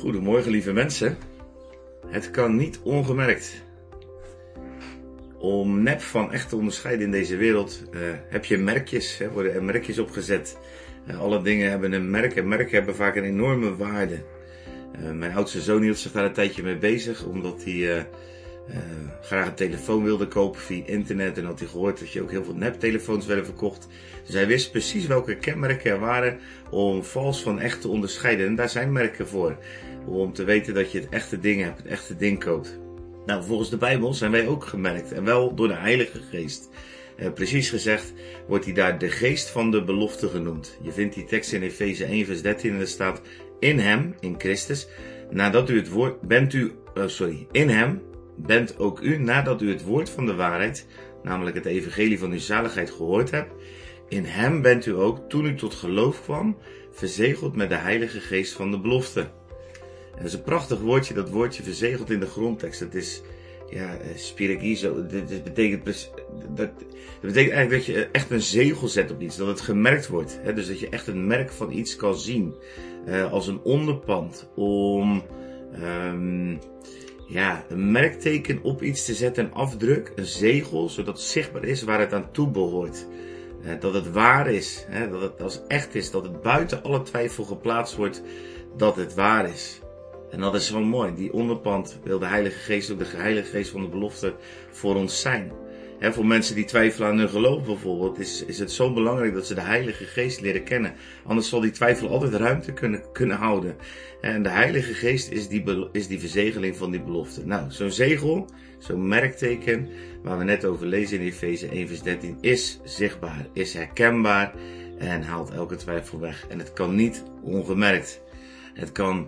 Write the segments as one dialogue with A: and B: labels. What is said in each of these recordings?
A: Goedemorgen lieve mensen. Het kan niet ongemerkt. Om nep van echt te onderscheiden in deze wereld heb je merkjes, worden er merkjes opgezet. Alle dingen hebben een merk en merken hebben vaak een enorme waarde. Mijn oudste zoon hield zich daar een tijdje mee bezig, omdat hij graag een telefoon wilde kopen via internet. En had hij gehoord dat je ook heel veel neptelefoons werden verkocht. Dus hij wist precies welke kenmerken er waren om vals van echt te onderscheiden. En daar zijn merken voor. Om te weten dat je het echte ding hebt, het echte ding koopt. Nou, volgens de Bijbel zijn wij ook gemerkt. En wel door de Heilige Geest. Precies gezegd wordt hij daar de geest van de belofte genoemd. Je vindt die tekst in Efeze 1 vers 13 en er staat: in hem, in Christus, nadat u het woord, in hem bent ook u, nadat u het woord van de waarheid, namelijk het evangelie van uw zaligheid, gehoord hebt. In hem bent u ook, toen u tot geloof kwam, verzegeld met de Heilige Geest van de belofte. En dat is een prachtig woordje, dat woordje verzegeld in de grondtekst. Dat is, spirigizo. Dat betekent eigenlijk dat je echt een zegel zet op iets, dat het gemerkt wordt. Dus dat je echt een merk van iets kan zien. Als een onderpand om een merkteken op iets te zetten, een afdruk, een zegel, zodat het zichtbaar is waar het aan toe behoort. Dat het waar is, dat het als echt is, dat het buiten alle twijfel geplaatst wordt dat het waar is. En dat is wel mooi, die onderpand wil de Heilige Geest, ook de Heilige Geest van de belofte, voor ons zijn. Voor mensen die twijfelen aan hun geloof bijvoorbeeld, is het zo belangrijk dat ze de Heilige Geest leren kennen. Anders zal die twijfel altijd ruimte kunnen houden. En de Heilige Geest is die verzegeling van die belofte. Nou, zo'n zegel, zo'n merkteken, waar we net over lezen in Efeze 1 vers 13, is zichtbaar, is herkenbaar en haalt elke twijfel weg. En het kan niet ongemerkt. Het kan...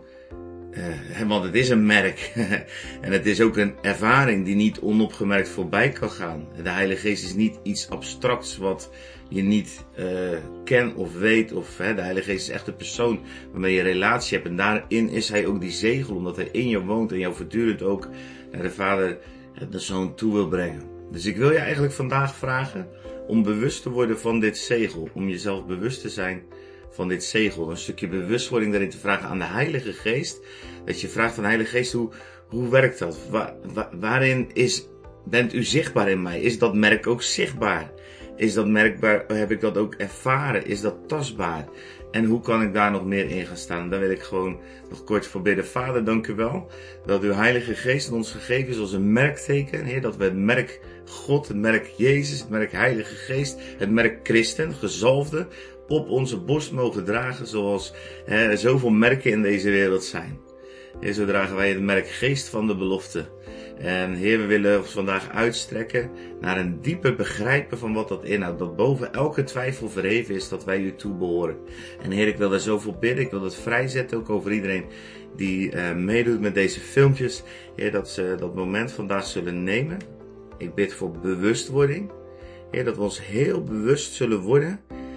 A: want het is een merk en het is ook een ervaring die niet onopgemerkt voorbij kan gaan. De Heilige Geest is niet iets abstracts wat je niet kent of weet. De Heilige Geest is echt een persoon waarmee je een relatie hebt. En daarin is hij ook die zegel, omdat hij in jou woont en jou voortdurend ook naar de Vader, de Zoon toe wil brengen. Dus ik wil je eigenlijk vandaag vragen om bewust te worden van dit zegel. Om jezelf bewust te zijn van dit zegel. Een stukje bewustwording daarin te vragen aan de Heilige Geest. Dat je vraagt aan de Heilige Geest, hoe werkt dat? Waarin bent u zichtbaar in mij? Is dat merk ook zichtbaar? Is dat merkbaar? Heb ik dat ook ervaren? Is dat tastbaar? En hoe kan ik daar nog meer in gaan staan? Daar wil ik gewoon nog kort voor bidden. Vader, dank u wel dat uw Heilige Geest ons gegeven is als een merkteken. Heer, dat we het merk God, het merk Jezus, het merk Heilige Geest, het merk Christen, gezalfde, op onze borst mogen dragen, zoals zoveel merken in deze wereld zijn. Heer, zo dragen wij het merk Geest van de belofte. En Heer, we willen ons vandaag uitstrekken naar een dieper begrijpen van wat dat inhoudt. Dat boven elke twijfel verheven is dat wij u toebehoren. En Heer, ik wil daar zoveel bidden. Ik wil dat vrijzetten ook over iedereen die meedoet met deze filmpjes. Heer, dat ze dat moment vandaag zullen nemen. Ik bid voor bewustwording. Heer, dat we ons heel bewust zullen worden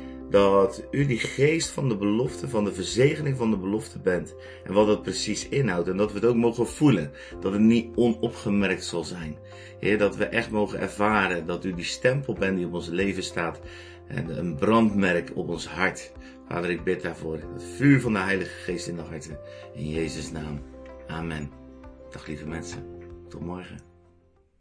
A: dat u die geest van de belofte, van de verzegeling van de belofte bent. En wat dat precies inhoudt. En dat we het ook mogen voelen. Dat het niet onopgemerkt zal zijn. Heer, dat we echt mogen ervaren dat u die stempel bent die op ons leven staat. En een brandmerk op ons hart. Vader, ik bid daarvoor. Het vuur van de Heilige Geest in de harten. In Jezus' naam. Amen. Dag lieve mensen. Tot morgen.